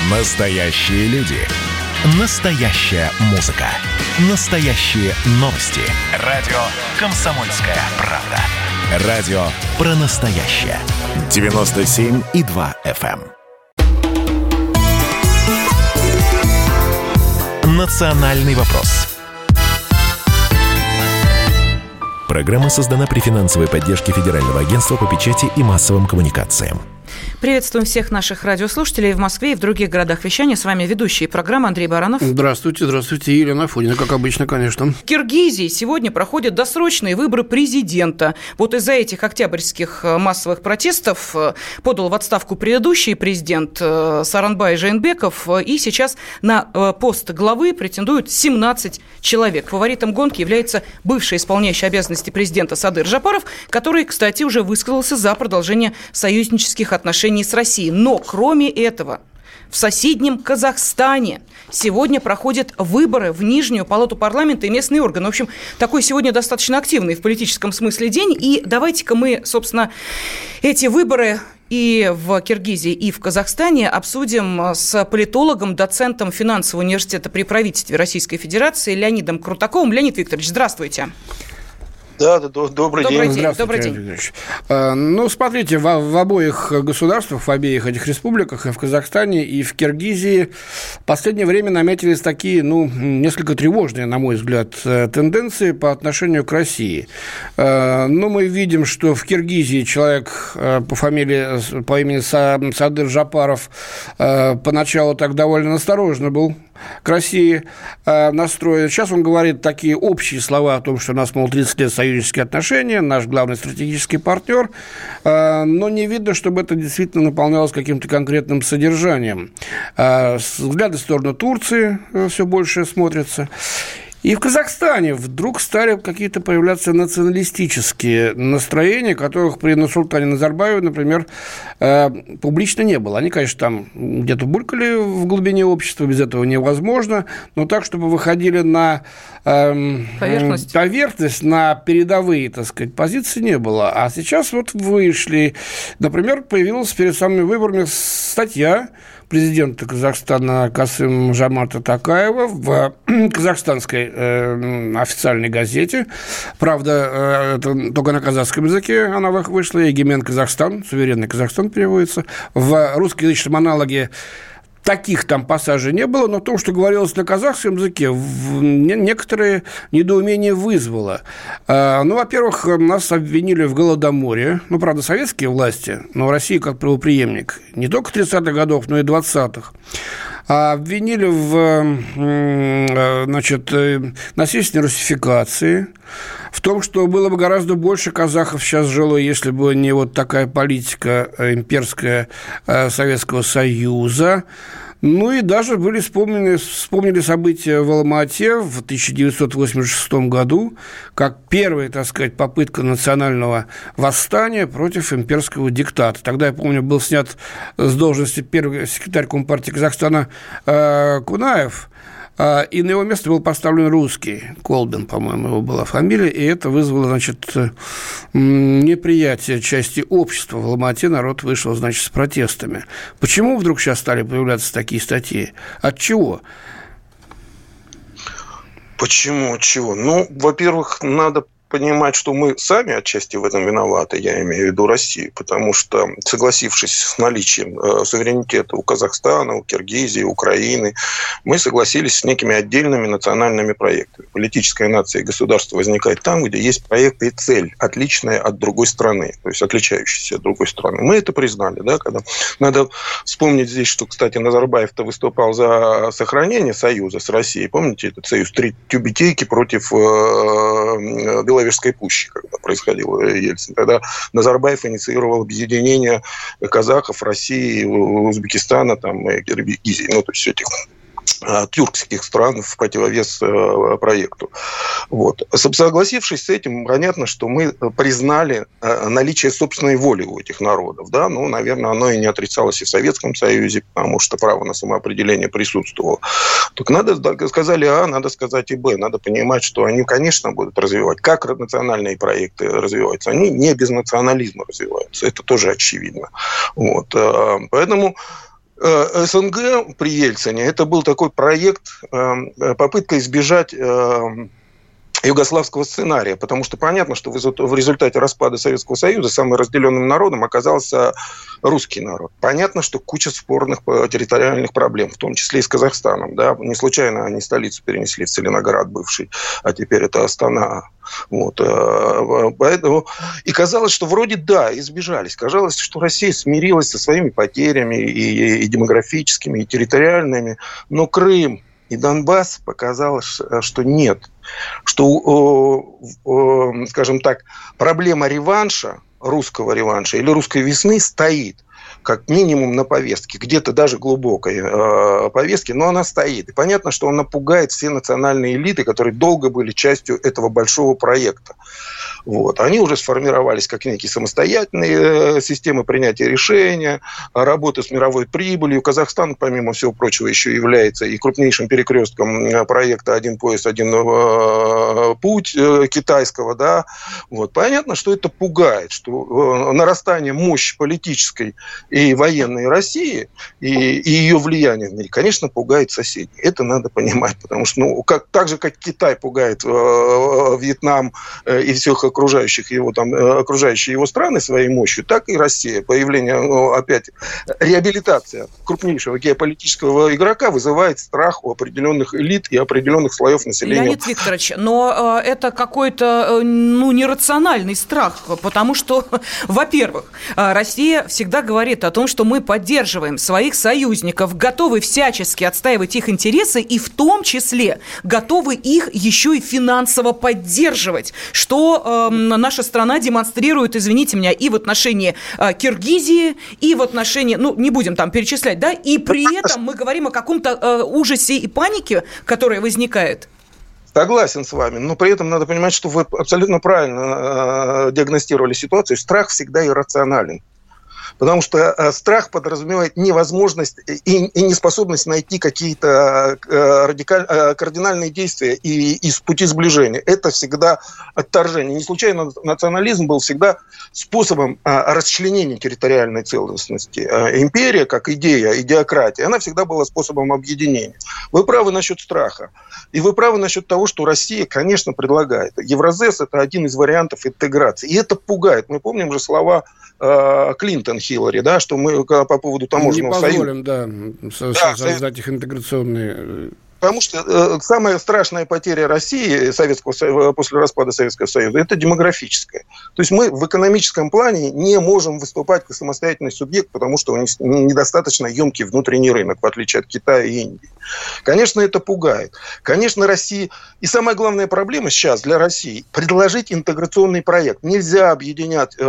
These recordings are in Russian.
Настоящие люди. Настоящая музыка. Настоящие новости. Радио «Комсомольская правда». Радио про настоящее. 97,2 FM. Национальный вопрос. Программа создана при финансовой поддержке Федерального агентства по печати и массовым коммуникациям. Приветствуем всех наших радиослушателей в Москве и в других городах вещания. С вами ведущие программы Андрей Баранов. Здравствуйте, Елена Афонина, как обычно, конечно. В Киргизии сегодня проходят досрочные выборы президента. Вот из-за этих октябрьских массовых протестов подал в отставку предыдущий президент Сооронбай Жээнбеков, и сейчас на пост главы претендуют 17 человек. Фаворитом гонки является бывший исполняющий обязанности президента Садыр Жапаров, который, кстати, уже высказался за продолжение союзнических отношений с Россией. Но, кроме этого, в соседнем Казахстане сегодня проходят выборы в Нижнюю палату парламента и местные органы. В общем, такой сегодня достаточно активный в политическом смысле день. И давайте-ка мы, собственно, эти выборы и в Киргизии, и в Казахстане обсудим с политологом, доцентом финансового университета при правительстве Российской Федерации Леонидом Крутаковым. Леонид Викторович, здравствуйте. Да, добрый день. Здравствуйте, добрый день. Ну, смотрите, в обоих государствах, в обеих этих республиках, и в Казахстане, и в Киргизии в последнее время наметились такие, несколько тревожные, на мой взгляд, тенденции по отношению к России. Мы видим, что в Киргизии человек по имени Садыр Жапаров поначалу так довольно осторожно был к России настроен. Сейчас он говорит такие общие слова о том, что у нас, 30 лет союзнические отношения, наш главный стратегический партнер, но не видно, чтобы это действительно наполнялось каким-то конкретным содержанием. Взгляды в сторону Турции все больше смотрятся. И в Казахстане вдруг стали какие-то появляться националистические настроения, которых при Нурсултане Назарбаеве, например, публично не было. Они, конечно, там где-то булькали в глубине общества, без этого невозможно, но так, чтобы выходили на поверхность, на передовые, так сказать, позиции не было. А сейчас вот вышли. Например, появилась перед самыми выборами статья президента Казахстана Касым-Жомарта Токаева в казахстанской официальной газете. Правда, это только на казахском языке она вышла. «Егемен Казахстан», «Суверенный Казахстан» переводится. В русскоязычном аналоге таких там пассажей не было, но то, что говорилось на казахском языке, некоторые недоумения вызвало. Во-первых, нас обвинили в голодоморе. Правда, советские власти, но Россия как правопреемник не только 30-х годов, но и 20-х. Обвинили в насильственной русификации, в том, что было бы гораздо больше казахов сейчас жило, если бы не вот такая политика имперская Советского Союза. И даже вспомнили события в Алма-Ате в 1986 году, как первая, так сказать, попытка национального восстания против имперского диктата. Тогда, я помню, был снят с должности первый секретарь Компартии Казахстана Кунаев, и на его место был поставлен русский, Колбин, по-моему, его была фамилия, и это вызвало, неприятие части общества. В Алма-Ате народ вышел, с протестами. Почему вдруг сейчас стали появляться такие статьи? От чего? Почему? От чего? Во-первых, надо понимать, что мы сами отчасти в этом виноваты, я имею в виду Россию, потому что, согласившись с наличием суверенитета у Казахстана, у Киргизии, Украины, мы согласились с некими отдельными национальными проектами. Политическая нация и государство возникает там, где есть проект и цель, отличная от другой страны, то есть отличающаяся от другой страны. Мы это признали, да, когда... Надо вспомнить здесь, что, кстати, Назарбаев-то выступал за сохранение союза с Россией. Помните этот союз Тюбетейки против Беловежской пущи, когда происходило Ельцин. Тогда Назарбаев инициировал объединение казахов, России, Узбекистана, и Киргизии, то есть этих тюркских стран в противовес проекту. Согласившись с этим, понятно, что мы признали наличие собственной воли у этих народов. Да? Наверное, оно и не отрицалось и в Советском Союзе, потому что право на самоопределение присутствовало. Так сказали А, надо сказать и Б. Надо понимать, что они, конечно, будут развивать. Как национальные проекты развиваются? Они не без национализма развиваются. Это тоже очевидно. Поэтому СНГ при Ельцине, это был такой проект, попытка избежать югославского сценария, потому что понятно, что в результате распада Советского Союза самым разделенным народом оказался русский народ. Понятно, что куча спорных территориальных проблем, в том числе и с Казахстаном. Да? Не случайно они столицу перенесли в Целиноград бывший, а теперь это Астана. Вот. Поэтому и казалось, что вроде да, избежались. Казалось, что Россия смирилась со своими потерями и демографическими, и территориальными, но Крым и Донбасс показалось, что нет. Что, скажем так, проблема реванша, русского реванша или русской весны стоит. Как минимум на повестке, где-то даже глубокой повестке, но она стоит. И понятно, что она пугает все национальные элиты, которые долго были частью этого большого проекта. Вот. Они уже сформировались как некие самостоятельные системы принятия решения, работы с мировой прибылью. Казахстан, помимо всего прочего, еще является и крупнейшим перекрестком проекта «Один пояс, один путь» китайского. Да? Вот. Понятно, что это пугает, что нарастание мощи политической и военной России, и ее влияние в мире, конечно, пугает соседей. Это надо понимать, потому что так же, как Китай пугает Вьетнам и всех окружающие его страны своей мощью, так и Россия. Появление, опять, реабилитация крупнейшего геополитического игрока вызывает страх у определенных элит и определенных слоев населения. Леонид Викторович, но это какой-то нерациональный страх, потому что, во-первых, Россия всегда говорит о том, что мы поддерживаем своих союзников, готовы всячески отстаивать их интересы и в том числе готовы их еще и финансово поддерживать, что наша страна демонстрирует, извините меня, и в отношении Киргизии, и в отношении, не будем там перечислять, да, и при этом мы говорим о каком-то ужасе и панике, которая возникает. Согласен с вами, но при этом надо понимать, что вы абсолютно правильно диагностировали ситуацию. Страх всегда иррационален. Потому что страх подразумевает невозможность и неспособность найти какие-то кардинальные действия и пути сближения. Это всегда отторжение. Не случайно национализм был всегда способом расчленения территориальной целостности. Империя, как идея, идеократия, она всегда была способом объединения. Вы правы насчет страха. И вы правы насчет того, что Россия, конечно, предлагает. Евразес – это один из вариантов интеграции. И это пугает. Мы помним же слова Клинтон, Хиллари, да, что мы по поводу таможенного союза... Не позволим, создать их интеграционные... Потому что самая страшная потеря России после распада Советского Союза – это демографическая. То есть мы в экономическом плане не можем выступать как самостоятельный субъект, потому что у них недостаточно емкий внутренний рынок, в отличие от Китая и Индии. Конечно, это пугает. Конечно, Россия... И самая главная проблема сейчас для России – предложить интеграционный проект. Нельзя объединяться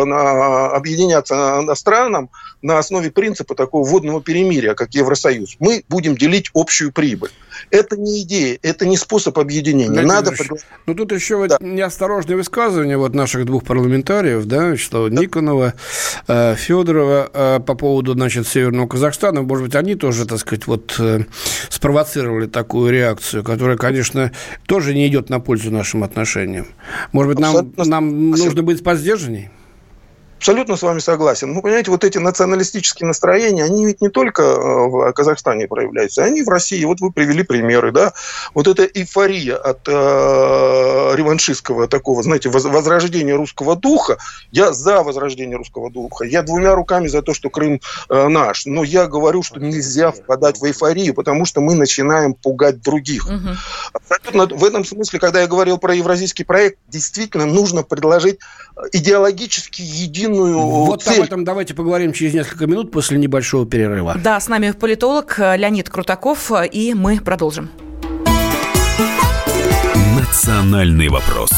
странам на основе принципа такого водного перемирия, как Евросоюз. Мы будем делить общую прибыль. Это не идея, это не способ объединения. Тут еще неосторожное высказывание наших двух парламентариев, да, что Никонова, Федорова по поводу, Северного Казахстана. Может быть, они тоже, так сказать, спровоцировали такую реакцию, которая, конечно, тоже не идет на пользу нашим отношениям. Может быть, нам нужно быть посдержанней? Абсолютно с вами согласен. Понимаете, эти националистические настроения, они ведь не только в Казахстане проявляются, они в России. Вы привели примеры, да. Эта эйфория от реваншистского такого, возрождения русского духа. Я за возрождение русского духа. Я двумя руками за то, что Крым наш. Но я говорю, что нельзя впадать в эйфорию, потому что мы начинаем пугать других. Абсолютно в этом смысле, когда я говорил про евразийский проект, действительно нужно предложить идеологически единую цель. Об этом давайте поговорим через несколько минут после небольшого перерыва. Да, с нами политолог Леонид Крутаков, и мы продолжим. Национальный вопрос.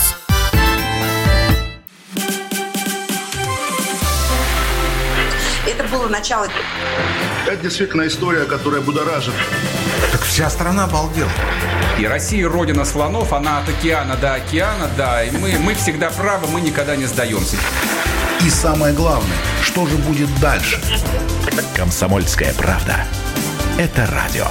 Это было начало. Это действительно история, которая будоражит. Так вся страна обалдела. И Россия родина слонов, она от океана до океана, да. И мы всегда правы, мы никогда не сдаемся. И самое главное, что же будет дальше? «Комсомольская правда». Это радио.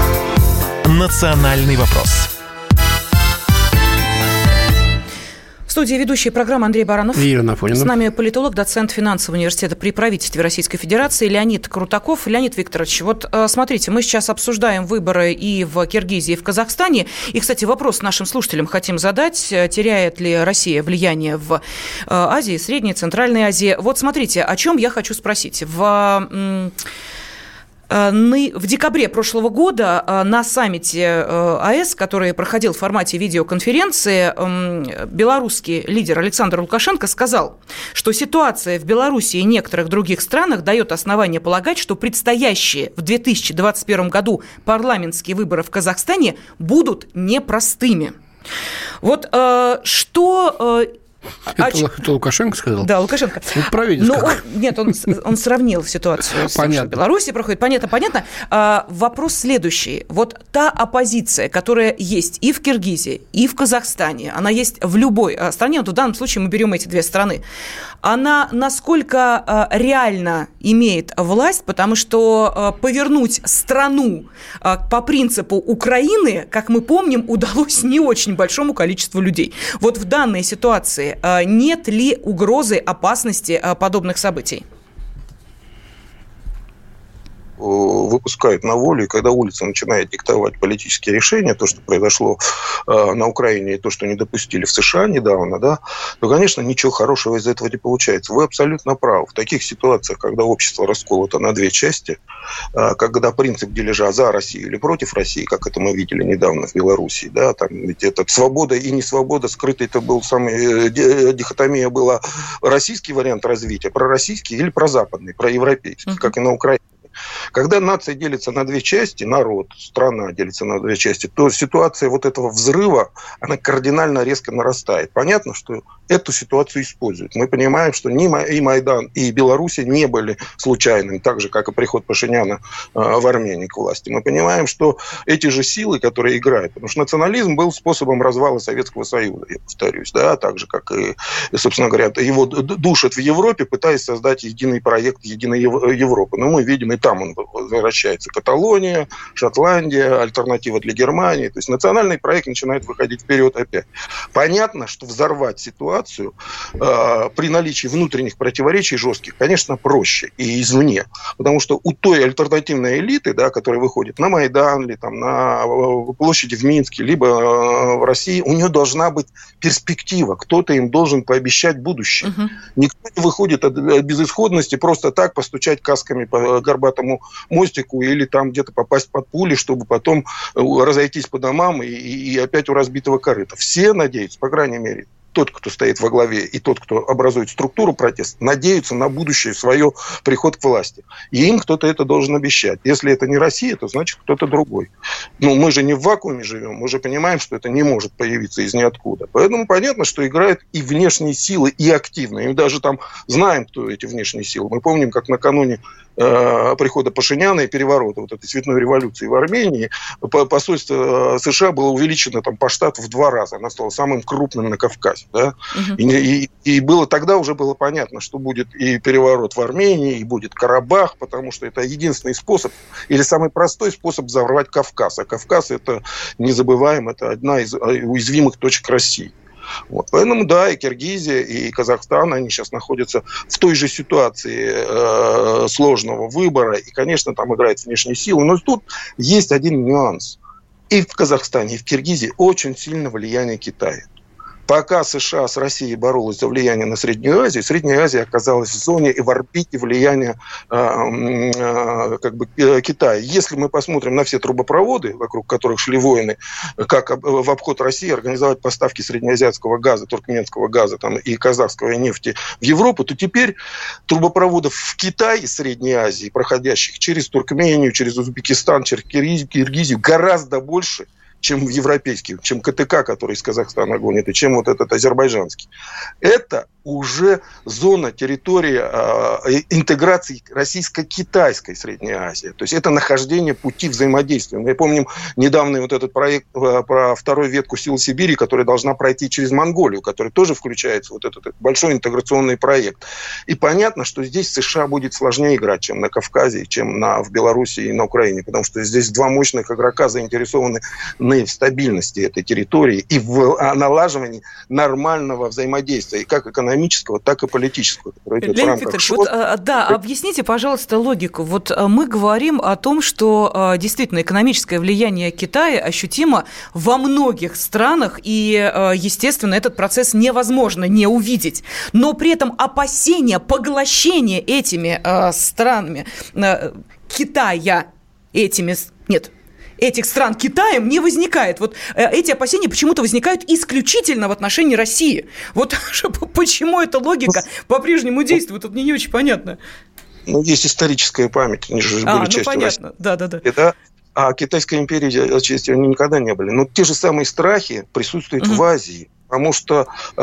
«Национальный вопрос». В студии ведущая программы Андрей Баранов. И Ирина Афонина. С нами политолог, доцент финансового университета при правительстве Российской Федерации Леонид Крутаков. Леонид Викторович, вот смотрите, мы сейчас обсуждаем выборы и в Киргизии, и в Казахстане. И, кстати, вопрос нашим слушателям хотим задать. Теряет ли Россия влияние в Азии, Средней, Центральной Азии? Вот смотрите, о чем я хочу спросить. В декабре прошлого года на саммите АЭС, который проходил в формате видеоконференции, белорусский лидер Александр Лукашенко сказал, что ситуация в Беларуси и некоторых других странах дает основание полагать, что предстоящие в 2021 году парламентские выборы в Казахстане будут непростыми. Вот что... Это Лукашенко сказал? Да, Лукашенко. Нет, он сравнил ситуацию с тем, что в Беларуси проходит. Понятно. Вопрос следующий. Вот та оппозиция, которая есть и в Киргизии, и в Казахстане, она есть в любой стране, вот в данном случае мы берем эти две страны, она насколько реально имеет власть, потому что повернуть страну по принципу Украины, как мы помним, удалось не очень большому количеству людей. Вот в данной ситуации нет ли угрозы, опасности подобных событий? Выпускают на волю, и когда улица начинает диктовать политические решения, то, что произошло на Украине, и то, что не допустили в США недавно, да, то, конечно, ничего хорошего из этого не получается. Вы абсолютно правы. В таких ситуациях, когда общество расколото на две части, когда принцип дележа за Россию или против России, как это мы видели недавно в Белоруссии, да, там ведь это свобода и несвобода, скрытый-то был самый, дихотомия была российский вариант развития, пророссийский или прозападный, проевропейский, как и на Украине. Когда нация делится на две части, народ, страна делится на две части, то ситуация вот этого взрыва, она кардинально резко нарастает. Понятно, что эту ситуацию используют. Мы понимаем, что и Майдан, и Беларусь не были случайными, так же, как и приход Пашиняна в Армении к власти. Мы понимаем, что эти же силы, которые играют, потому что национализм был способом развала Советского Союза, я повторюсь, да, так же, как и, собственно говоря, его душат в Европе, пытаясь создать единый проект единой Европы. Но мы видим, и там он возвращается. Каталония, Шотландия, альтернатива для Германии. То есть национальный проект начинает выходить вперед опять. Понятно, что взорвать ситуацию при наличии внутренних противоречий жестких, конечно, проще и извне. Потому что у той альтернативной элиты, да, которая выходит на Майдан, или там, на площади в Минске, либо в России, у нее должна быть перспектива. Кто-то им должен пообещать будущее. Никто не выходит от безысходности просто так постучать касками по горбатому мостику или там где-то попасть под пули, чтобы потом разойтись по домам и опять у разбитого корыта. Все надеются, по крайней мере, тот, кто стоит во главе, и тот, кто образует структуру протеста, надеются на будущее свое приход к власти. И им кто-то это должен обещать. Если это не Россия, то значит кто-то другой. Но мы же не в вакууме живем, мы же понимаем, что это не может появиться из ниоткуда. Поэтому понятно, что играют и внешние силы, и активные. И даже там знаем, кто эти внешние силы. Мы помним, как накануне прихода Пашиняна и переворота вот этой цветной революции в Армении посольство США было увеличено там по штату в 2 раза. Оно стало самым крупным на Кавказе. Да? И было, тогда уже было понятно, что будет и переворот в Армении, и будет Карабах, потому что это единственный способ, или самый простой способ взорвать Кавказ. А Кавказ, это, не забываем, это одна из уязвимых точек России. Вот. Поэтому, да, и Киргизия, и Казахстан, они сейчас находятся в той же ситуации сложного выбора, и, конечно, там играют внешние силы. Но тут есть один нюанс. И в Казахстане, и в Киргизии очень сильно влияние Китая. Пока США с Россией боролась за влияние на Среднюю Азию, Средняя Азия оказалась в зоне и в орбите влияния Китая. Если мы посмотрим на все трубопроводы, вокруг которых шли войны, как в обход России организовать поставки среднеазиатского газа, туркменского газа там, и казахского нефти в Европу, то теперь трубопроводов в Китай из Средней Азии, проходящих через Туркмению, через Узбекистан, через Киргизию, гораздо больше, чем европейский, чем КТК, который из Казахстана гонит, и чем вот этот азербайджанский. Это уже зона, территория интеграции российско-китайской Средней Азии. То есть это нахождение пути взаимодействия. Мы помним недавний вот этот проект про вторую ветку сил Сибири, которая должна пройти через Монголию, который тоже включается вот этот большой интеграционный проект. И понятно, что здесь США будет сложнее играть, чем на Кавказе, чем в Беларуси и на Украине, потому что здесь два мощных игрока заинтересованы в стабильности этой территории и в налаживании нормального взаимодействия, и как экономического, так и политического. Леонид Викторович, объясните, пожалуйста, логику. Вот мы говорим о том, что действительно экономическое влияние Китая ощутимо во многих странах, и, естественно, этот процесс невозможно не увидеть. Но при этом опасения поглощения этими странами Китая этих стран Китаем не возникает. Вот эти опасения почему-то возникают исключительно в отношении России. Вот почему эта логика по-прежнему действует, тут мне не очень понятно. Есть историческая память, они же были частью понятно. России. Да. А Китайской империи, частью, они никогда не были. Но те же самые страхи присутствуют в Азии. Потому что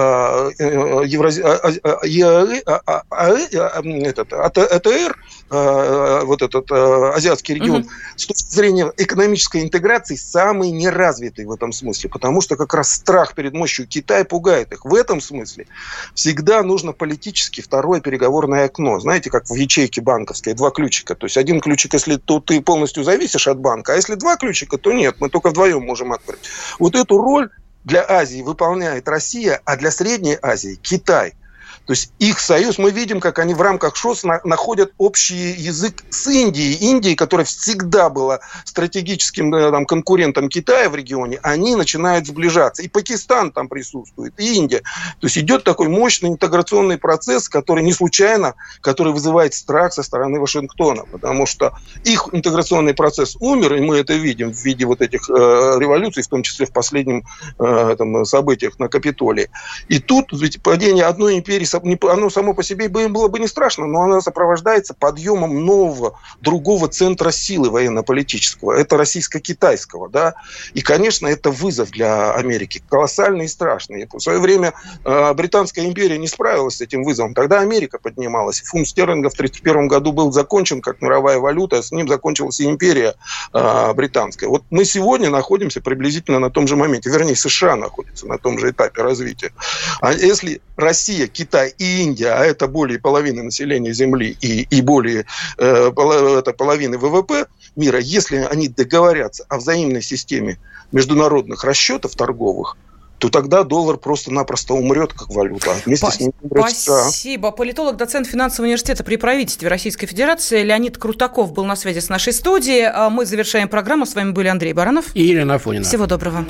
АТР, вот этот азиатский регион, с точки зрения экономической интеграции, самый неразвитый в этом смысле. Потому что как раз страх перед мощью Китая пугает их. В этом смысле всегда нужно политически второе переговорное окно. Знаете, как в ячейке банковской, два ключика. То есть один ключик, если то ты полностью зависишь от банка, а если два ключика, то нет, мы только вдвоем можем открыть. Вот эту роль для Азии выполняет Россия, а для Средней Азии – Китай. То есть их союз, мы видим, как они в рамках ШОС находят общий язык с Индией. Индия, которая всегда была стратегическим конкурентом Китая в регионе, они начинают сближаться. И Пакистан там присутствует, и Индия. То есть идет такой мощный интеграционный процесс, который не случайно, который вызывает страх со стороны Вашингтона. Потому что их интеграционный процесс умер, и мы это видим в виде вот этих революций, в том числе в последних событиях на Капитолии. И тут ведь падение одной империи, оно само по себе было бы не страшно, но оно сопровождается подъемом нового, другого центра силы военно-политического. Это российско-китайского. Да? И, конечно, это вызов для Америки. Колоссальный и страшный. В свое время Британская империя не справилась с этим вызовом. Тогда Америка поднималась. Фунт стерлинга в 1931 году был закончен как мировая валюта, а с ним закончилась и империя британская. Вот мы сегодня находимся приблизительно на том же моменте. Вернее, США находятся на том же этапе развития. А если Россия, Китай и Индия, а это более половины населения Земли и более половины ВВП мира, если они договорятся о взаимной системе международных расчетов торговых, то тогда доллар просто-напросто умрет как валюта. Вместе с ним умрет США. Спасибо. Политолог, доцент финансового университета при правительстве Российской Федерации Леонид Крутаков был на связи с нашей студией. Мы завершаем программу. С вами были Андрей Баранов и Елена Афонина. Всего доброго.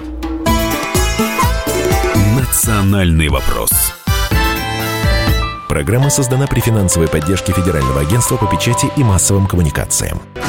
Национальный вопрос. Программа создана при финансовой поддержке Федерального агентства по печати и массовым коммуникациям.